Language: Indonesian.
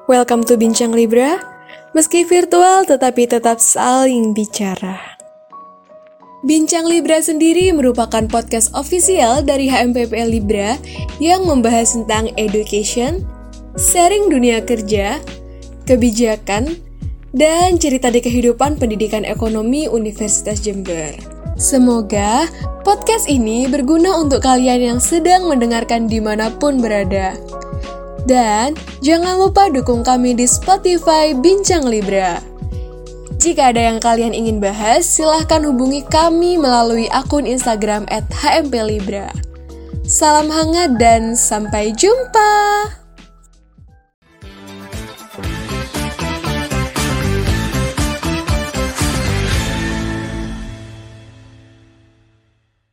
Welcome to Bincang Libra. Meski virtual tetapi tetap saling bicara. Bincang Libra sendiri merupakan podcast official dari HMPPL Libra yang membahas tentang education, sharing dunia kerja, kebijakan, dan cerita di kehidupan pendidikan ekonomi Universitas Jember. Semoga podcast ini berguna untuk kalian yang sedang mendengarkan dimanapun berada. Dan jangan lupa dukung kami di Spotify Bincang Libra. Jika ada yang kalian ingin bahas, silahkan hubungi kami melalui akun Instagram @hmplibra. Salam hangat dan sampai jumpa!